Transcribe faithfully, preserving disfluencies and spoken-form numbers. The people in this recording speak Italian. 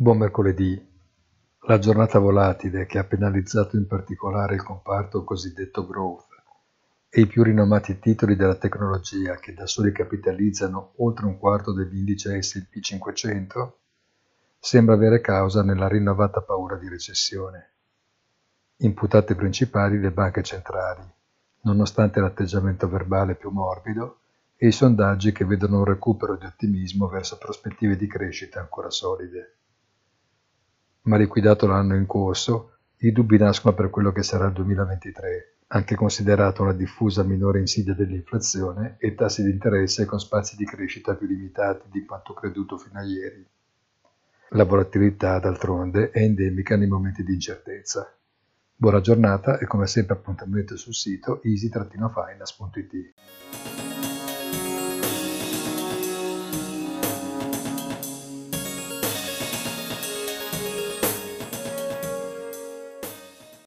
Buon mercoledì. La giornata volatile, che ha penalizzato in particolare il comparto cosiddetto growth e i più rinomati titoli della tecnologia che da soli capitalizzano oltre un quarto dell'indice S and P cinquecento, sembra avere causa nella rinnovata paura di recessione. Imputate principali le banche centrali, nonostante l'atteggiamento verbale più morbido e i sondaggi che vedono un recupero di ottimismo verso prospettive di crescita ancora solide. Ma liquidato l'anno in corso, i dubbi nascono per quello che sarà il duemilaventitré, anche considerato una diffusa minore insidia dell'inflazione e tassi di interesse con spazi di crescita più limitati di quanto creduto fino a ieri. La volatilità, d'altronde, è endemica nei momenti di incertezza. Buona giornata e come sempre appuntamento sul sito easy-finance punto it.